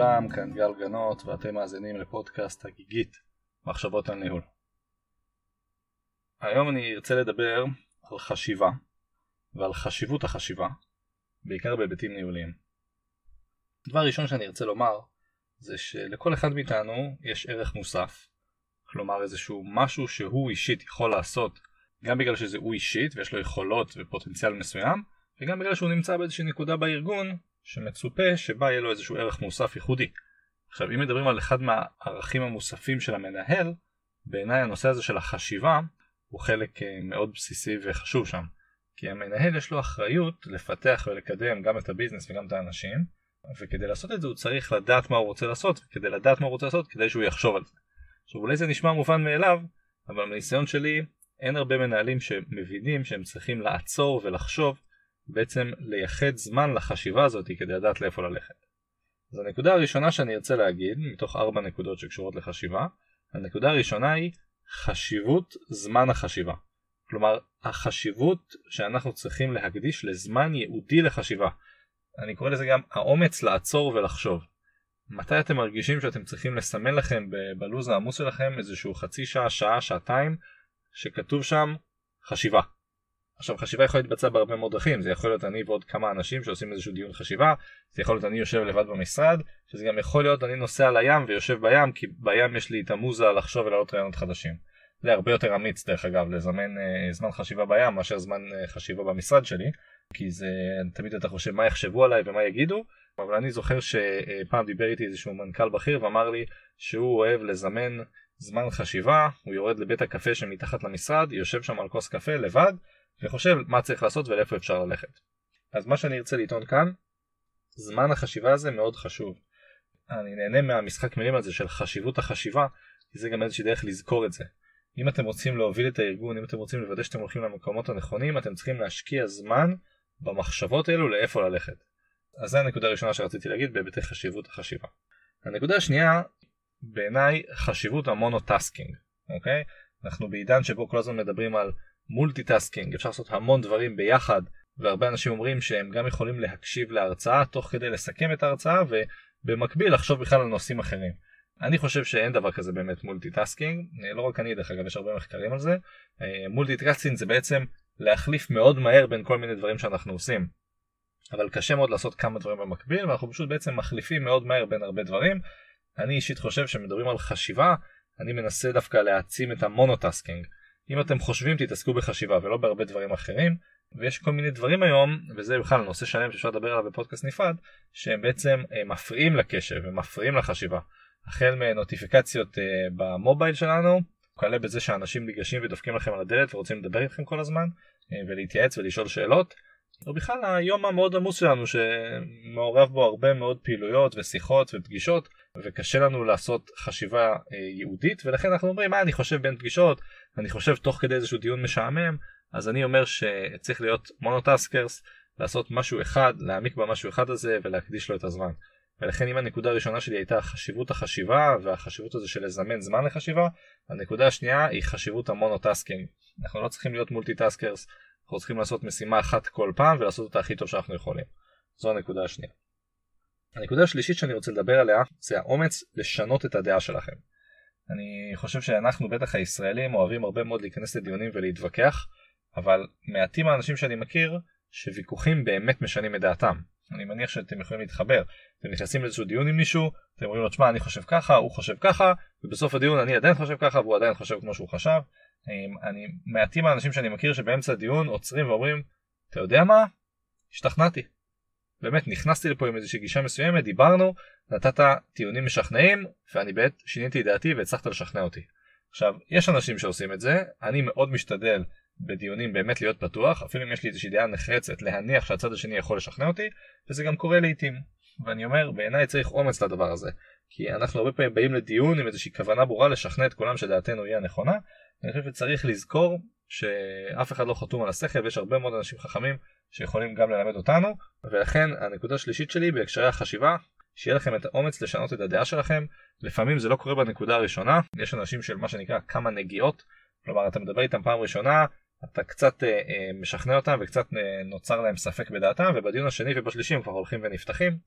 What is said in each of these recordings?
שלום, כאן גל גנות ואתם מאזינים לפודקאסט הגיגית מחשבות על ניהול. היום אני ארצה לדבר על חשיבה ועל חשיבות החשיבה, בעיקר בהיבטים ניהוליים. דבר ראשון שאני ארצה לומר זה שלכל אחד מאיתנו יש ערך מוסף, כלומר איזשהו משהו שהוא אישית יכול לעשות, גם בגלל שזה הוא אישית ויש לו יכולות ופוטנציאל מסוים, וגם בגלל שהוא נמצא באיזושהי נקודה בארגון שמצופה שבה יהיה לו איזשהו ערך מוסף ייחודי. עכשיו, אם מדברים על אחד מהערכים המוספים של המנהל, בעיניי הנושא הזה של החשיבה הוא חלק מאוד בסיסי וחשוב שם. כי המנהל יש לו אחריות לפתח ולקדם גם את הביזנס וגם את האנשים, וכדי לעשות את זה הוא צריך לדעת מה הוא רוצה לעשות, וכדי לדעת מה הוא רוצה לעשות כדי שהוא יחשוב על זה. עכשיו, אולי זה נשמע מובן מאליו, אבל מניסיון שלי אין הרבה מנהלים שמבינים שהם צריכים לעצור ולחשוב, בעצם לייחד זמן לחשיבה הזאת כדי לדעת לאיפה ללכת. אז הנקודה הראשונה שאני ארצה להגיד, מתוך 4 נקודות שקשורות לחשיבה, הנקודה הראשונה היא חשיבות זמן החשיבה. כלומר, החשיבות שאנחנו צריכים להקדיש לזמן ייעודי לחשיבה. אני קורא לזה גם האומץ לעצור ולחשוב. מתי אתם מרגישים שאתם צריכים לסמן לכם בלוז העמוס שלכם איזשהו חצי שעה, שעה, שעתיים, שכתוב שם חשיבה. עכשיו, חשיבה יכולה להתבצע בהרבה מאוד דרכים. זה יכול להיות אני ועוד כמה אנשים שעושים איזשהו דיון חשיבה, זה יכול להיות אני יושב לבד במשרד, שזה גם יכול להיות אני נוסע לים ויושב בים, כי בים יש לי את המוזה לחשוב ולעלות רעיונות חדשים. זה הרבה יותר אמיץ דרך אגב לזמן זמן חשיבה בים מאשר זמן חשיבה במשרד שלי, כי זה תמיד אתה חושב מה יחשבו עליי ומה יגידו. אבל אני זוכר שפעם דיבר איתי איזשהו מנכ"ל בכיר ואמר לי שהוא אוהב לזמן זמן חשיבה, הוא יורד לבית הקפה שמתחת למשרד, יושב שם על כוס קפה לבד וחושב מה צריך לעשות ולאיפה אפשר ללכת. אז מה שאני ארצה לטעון כאן, זמן החשיבה הזה מאוד חשוב. אני נהנה מהמשחק מילים הזה של חשיבות החשיבה, כי זה גם איזושהי דרך לזכור את זה. אם אתם רוצים להוביל את הארגון, אם אתם רוצים לוודא שאתם הולכים למקומות הנכונים, אתם צריכים להשקיע זמן במחשבות האלו לאיפה ללכת. אז זו הנקודה הראשונה שרציתי להגיד בהיבטי חשיבות החשיבה. הנקודה השנייה, בעיניי חשיבות המונוטסקינג. אוקיי? אנחנו בעידן שבו כל הזמן מדברים על מולטיטאסקינג, אפשר לעשות המון דברים ביחד, והרבה אנשים אומרים שהם גם יכולים להקשיב להרצאה תוך כדי לסכם את ההרצאה ובמקביל לחשוב בכלל על נושאים אחרים. אני חושב שאין דבר כזה באמת מולטיטאסקינג, לא רק אני דרך אגב, יש הרבה מחקרים על זה. מולטיטאסקינג זה בעצם להחליף מאוד מהר בין כל מיני דברים שאנחנו עושים, אבל קשה מאוד לעשות כמה דברים במקביל, ואנחנו פשוט בעצם מחליפים מאוד מהר בין הרבה דברים. אני אישית חושב שמדברים על חשיבה, אני מנסה דווקא להעצים את המונוטאסקינג. אם אתם חושבים תתעסקו בחשיבה ולא בהרבה דברים אחרים, ויש כל מיני דברים היום, וזה בכלל נושא שלם שאפשר לדבר עליו בפודקאסט נפרד, שהם בעצם מפריעים לקשב ומפריעים לחשיבה. החל מנוטיפיקציות במובייל שלנו, כולל בזה שאנשים ניגשים ודופקים לכם על הדלת ורוצים לדבר איתכם כל הזמן, ולהתייעץ ולשאול שאלות, או בכלל היום המאוד עמוס שלנו שמעורב בו הרבה מאוד פעילויות ושיחות ופגישות, וקשה לנו לעשות חשיבה ייעודית, ולכן אנחנו אומרים, מה אני חושב בין פגישות, אני חושב תוך כדי איזשהו דיון משעמם, אז אני אומר שצריך להיות מונוטסקרס, לעשות משהו אחד, להעמיק במשהו אחד הזה ולהקדיש לו את הזמן. ולכן אם הנקודה הראשונה שלי הייתה חשיבות החשיבה והחשיבות הזה של לזמן זמן לחשיבה, הנקודה השנייה היא חשיבות המונוטסקינג. אנחנו לא צריכים להיות מולטיטסקרס, אנחנו צריכים לעשות משימה אחת כל פעם ולעשות אותה הכי טוב שאנחנו יכולים. זו הנקודה השנייה. הנקודה השלישית שאני רוצה לדבר עליה זה האומץ לשנות את הדעה שלכם. אני חושב שאנחנו בטח הישראלים אוהבים הרבה מאוד להיכנס לדיונים ולהתווכח, אבל מעטים האנשים שאני מכיר שוויכוחים באמת משנים את דעתם. אני מניח שאתם יכולים להתחבר. אתם נכנסים לאיזשהו דיון עם מישהו, אתם אומרים לו, תשמע, אני חושב ככה, הוא חושב ככה, ובסוף הדיון אני עדיין חושב ככה, והוא עדיין חושב כמו שהוא חשב. מעטים האנשים שאני מכיר שבאמצע הדיון עוצרים ואומרים, אתה יודע מה? השתכנעתי. באמת, נכנסתי לפה עם איזושהי גישה מסוימת, דיברנו, נתת טיעונים משכנעים, ואני באמת שיניתי את דעתי והצלחת לשכנע אותי. עכשיו, יש אנשים שעושים את זה, אני מאוד משתדל בדיונים באמת להיות פתוח, אפילו אם יש לי איזושהי דעה נחרצת, להניח שהצד השני יכול לשכנע אותי, וזה גם קורה לעתים. ואני אומר, בעיניי צריך אומץ לדבר הזה, כי אנחנו הרבה פעמים באים לדיון עם איזושהי כוונה ברורה לשכנע את כולם שדעתנו היא הנכונה, ואני חושב שצריך לזכור שאף אחד לא חתום על השכל, ויש הרבה מאוד אנשים חכמים שיכולים גם ללמד אותנו, ולכן הנקודה השלישית שלי בהקשרי החשיבה, שיהיה לכם את האומץ לשנות את הדעה שלכם. לפעמים זה לא קורה בנקודה הראשונה, יש אנשים של מה שנקרא כמה נגיעות, כלומר אתה מדבר איתם פעם ראשונה, אתה קצת משכנע אותם וקצת נוצר להם ספק בדעתם, ובדיון השני ובשלישי הם כבר הולכים ונפתחים.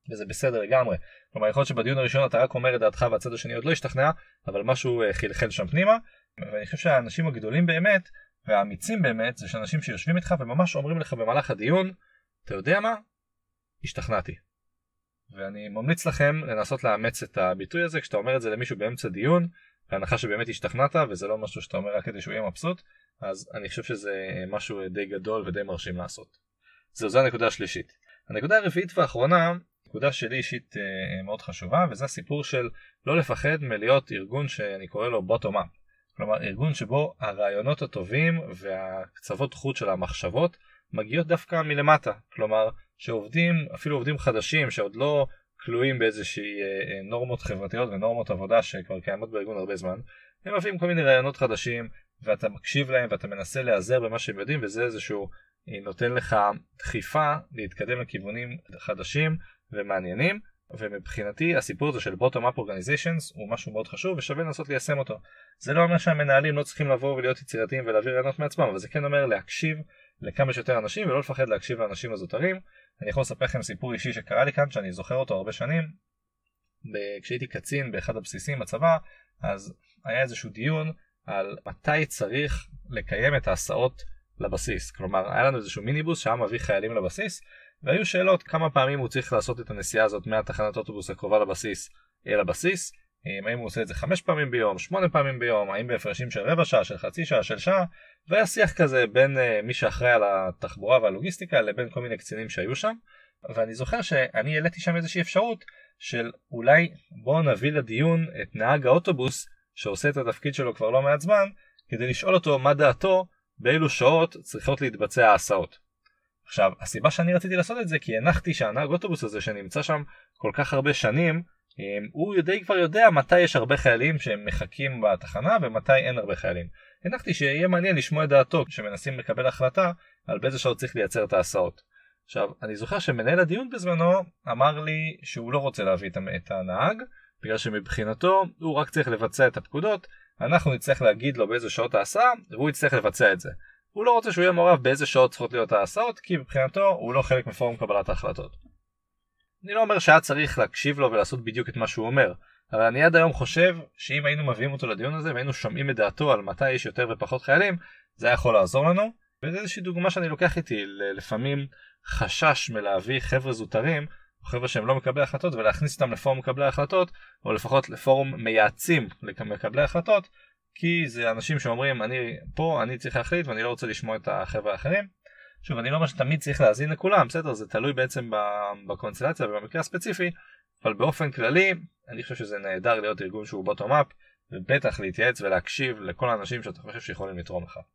וזה בסדר לגמרי. כלומר, יכול להיות שבדיון הראשון אתה רק אומר את דעתך והצד השני עוד לא השתכנע, אבל משהו חלחל שם פנימה, ואני חושב שהאנשים הגדולים באמת, והאמיצים באמת, זה שאנשים שיושבים איתך וממש אומרים לך במהלך הדיון, אתה יודע מה? השתכנעתי. ואני ממליץ לכם לנסות לאמץ את הביטוי הזה, כשאתה אומר את זה למישהו באמצע דיון, בהנחה שבאמת השתכנעת, וזה לא משהו שאתה אומר רק כדי שהוא יהיה מבסוט, אז אני חושב שזה משהו די גדול ודי מרשים לעשות. זו הנקודה השלישית. הנקודה הרביעית והאחרונה, נקודה שלי אישית מאוד חשובה, וזה הסיפור של לא לפחד מלהיות ארגון שאני קורא לו bottom up. כלומר, ארגון שבו הרעיונות הטובים והקצוות חוט של המחשבות מגיעות דווקא מלמטה. כלומר, שעובדים, אפילו עובדים חדשים שעוד לא כלואים באיזושהי נורמות חברתיות ונורמות עבודה שכבר קיימות בארגון הרבה זמן, הם מביאים כל מיני רעיונות חדשים, ואתה מקשיב להם ואתה מנסה להיעזר במה שהם יודעים, וזה איזשהו נותן לך דחיפה להתקדם לכיוונים חדשים ומעניינים. ומבחינתי הסיפור הזה של bottom up organizations הוא משהו מאוד חשוב ושווה לנסות ליישם אותו. זה לא אומר שהמנהלים לא צריכים לבוא ולהיות יצירתיים ולהביא רעיונות מעצמם, אבל זה כן אומר להקשיב לכמה שיותר אנשים ולא לפחד להקשיב לאנשים הזוטרים. אני יכול לספר לכם סיפור אישי שקרה לי כאן, שאני זוכר אותו הרבה שנים. כשהייתי קצין באחד הבסיסים בצבא, אז היה איזשהו דיון על מתי צריך לקיים את ההסעות לבסיס. כלומר, היה לנו איזשהו מיניבוס שהיה מביא חיילים לבסיס, והיו שאלות כמה פעמים הוא צריך לעשות את הנסיעה הזאת מהתחנת אוטובוס הקרובה לבסיס אל הבסיס, האם הוא עושה את זה 5 פעמים ביום, 8 פעמים ביום, האם בהפרשים של רבע שעה, של חצי שעה, של שעה, והיה שיח כזה בין מי שאחראי על התחבורה והלוגיסטיקה לבין כל מיני קצינים שהיו שם. ואני זוכר שאני העליתי שם איזושהי אפשרות של אולי בואו נביא לדיון את נהג האוטובוס שעושה את התפקיד שלו כבר לא מעט זמן, כדי לשאול אותו מה דעתו באילו שעות צריכות להתבצע ההסעות. עכשיו, הסיבה שאני רציתי לעשות את זה כי הנחתי שהנהג אוטובוס הזה שנמצא שם כל כך הרבה שנים, הוא כבר יודע מתי יש הרבה חיילים שהם מחכים בתחנה ומתי אין הרבה חיילים. הנחתי שיהיה מעניין לשמוע את דעתו כשמנסים לקבל החלטה על באיזה שעות צריך לייצר את ההסעות. עכשיו, אני זוכר שמנהל הדיון בזמנו אמר לי שהוא לא רוצה להביא את הנהג, בגלל שמבחינתו הוא רק צריך לבצע את הפקודות, אנחנו נצטרך להגיד לו באיזה שעות ההסעה והוא יצטרך לבצע את זה. הוא לא רוצה שהוא יהיה מעורב באיזה שעות צריכות להיות ההסעות, כי מבחינתו הוא לא חלק מפורום קבלת ההחלטות. אני לא אומר שהיה צריך להקשיב לו ולעשות בדיוק את מה שהוא אומר, אבל אני עד היום חושב שאם היינו מביאים אותו לדיון הזה והיינו שומעים את דעתו על מתי יש יותר ופחות חיילים, זה היה יכול לעזור לנו. וזה איזושהי דוגמה שאני לוקח איתי לפעמים חשש מלהביא חבר'ה זוטרים, או חבר'ה שהם לא מקבלי החלטות, ולהכניס אותם לפורום מקבלי החלטות, או לפחות לפורום מייעצים למקבלי החלטות, כי זה אנשים שאומרים, אני צריך להחליט ואני לא רוצה לשמוע את החבר'ה האחרים. שוב, אני לא אומר שתמיד צריך להזין לכולם, בסדר, זה תלוי בעצם בקונסטלציה ובמקרה הספציפי, אבל באופן כללי, אני חושב שזה נהדר להיות ארגון שהוא bottom up, ובטח להתייעץ ולהקשיב לכל האנשים שאתה חושב שיכולים לתרום לך.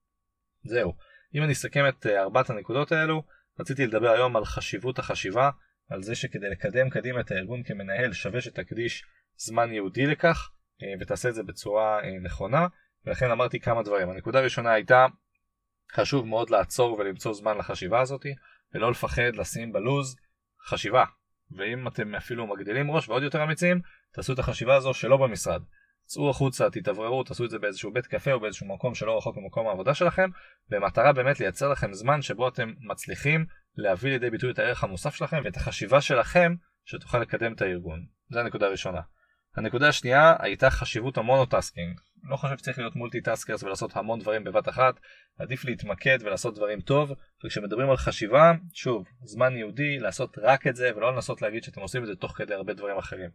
זהו, אם אני אסכם את 4 הנקודות האלו, רציתי לדבר היום על חשיבות החשיבה, על זה שכדי לקדם קדימה את הארגון כמנהל שווה שתקדיש זמן ייעודי לכך, ותעשה את זה בצורה נכונה, ולכן אמרתי כמה דברים. הנקודה הראשונה הייתה, חשוב מאוד לעצור ולמצוא זמן לחשיבה הזאת, ולא לפחד לשים בלוז חשיבה. ואם אתם אפילו מגדילים ראש ועוד יותר אמיצים, תעשו את החשיבה הזו שלא במשרד. צאו החוצה, תתעבררו, תעשו את זה באיזשהו בית קפה או באיזשהו מקום שלא רחוק ממקום העבודה שלכם, במטרה באמת לייצר לכם זמן שבו אתם מצליחים להביא לידי ביטוי את הערך המוסף שלכם ואת החשיבה שלכם שתוכל לקדם את הארגון. זו הנקודה הראשונה. הנקודה השנייה הייתה חשיבות המונוטסקינג. לא חושב שצריך להיות מולטי-טסקרס ולעשות המון דברים בבת אחת, עדיף להתמקד ולעשות דברים טוב, וכשמדברים על חשיבה, שוב, זמן ייעודי לעשות רק את זה ולא לנסות להגיד שאתם עושים את זה תוך כדי הרבה דברים אחרים.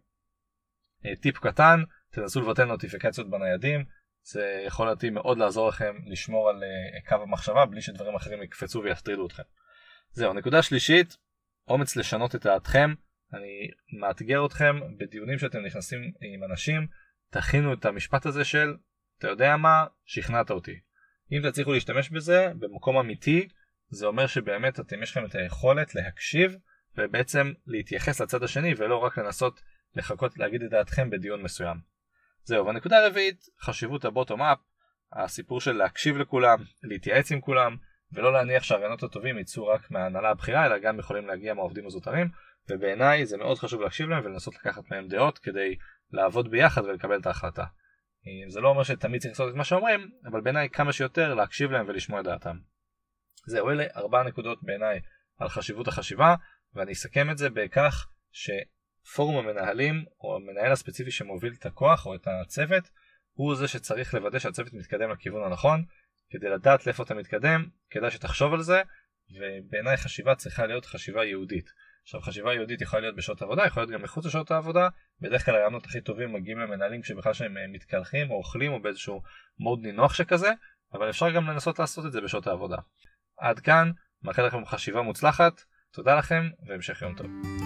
טיפ קטן, תנסו לבטל נוטיפיקציות בניידים, זה יכול להתאים מאוד לעזור לכם לשמור על קו המחשבה בלי שדברים אחרים יקפצו ויפטרידו אתכם. זהו, נקודה שלישית, אומץ לשנות את דעתכם. אני מאתגר אתכם בדיונים שאתם נכנסים עם אנשים, תכינו את המשפט הזה של, אתה יודע מה, שכנעת אותי. אם תצליחו להשתמש בזה במקום אמיתי, זה אומר שבאמת יש לכם את היכולת להקשיב ובעצם להתייחס לצד השני ולא רק לנסות לחכות להגיד את דעתכם בדיון מסוים. זהו, והנקודה הרביעית, חשיבות הבוטום אפ, הסיפור של להקשיב לכולם, להתייעץ עם כולם, ולא להניח שהרעיונות הטובים ייצאו רק מההנהלה הבכירה, אלא גם יכולים להגיע מהעובדים הזוטרים, ובעיניי זה מאוד חשוב להקשיב להם ולנסות לקחת מהם דעות כדי לעבוד ביחד ולקבל את ההחלטה. זה לא אומר שתמיד צריך לעשות את מה שאומרים, אבל בעיניי כמה שיותר להקשיב להם ולשמוע את דעתם. זהו, אלה 4 נקודות בעיניי על חשיבות החשיבה, ואני אסכם את זה בכך שפורום המנהלים או המנהל הספציפי שמוביל את הכוח או את הצוות הוא זה שצריך לוודא שהצוות מתקדם לכיוון הנכון. כדי לדעת לאיפה אתה מתקדם כדאי שתחשוב על זה, ובעיניי חשיבה צריכה להיות חשיבה יהודית. עכשיו חשיבה יהודית יכולה להיות בשעות העבודה, יכולה להיות גם מחוץ לשעות העבודה. בדרך כלל הרעיונות הכי טובים מגיעים למנהלים כשבכלל שהם מתקלחים או אוכלים או באיזשהו מוד נינוח שכזה, אבל אפשר גם לנסות לעשות את זה בשעות העבודה. עד כאן, מאחל לכם חשיבה מוצלחת, תודה לכם והמשך יום טוב.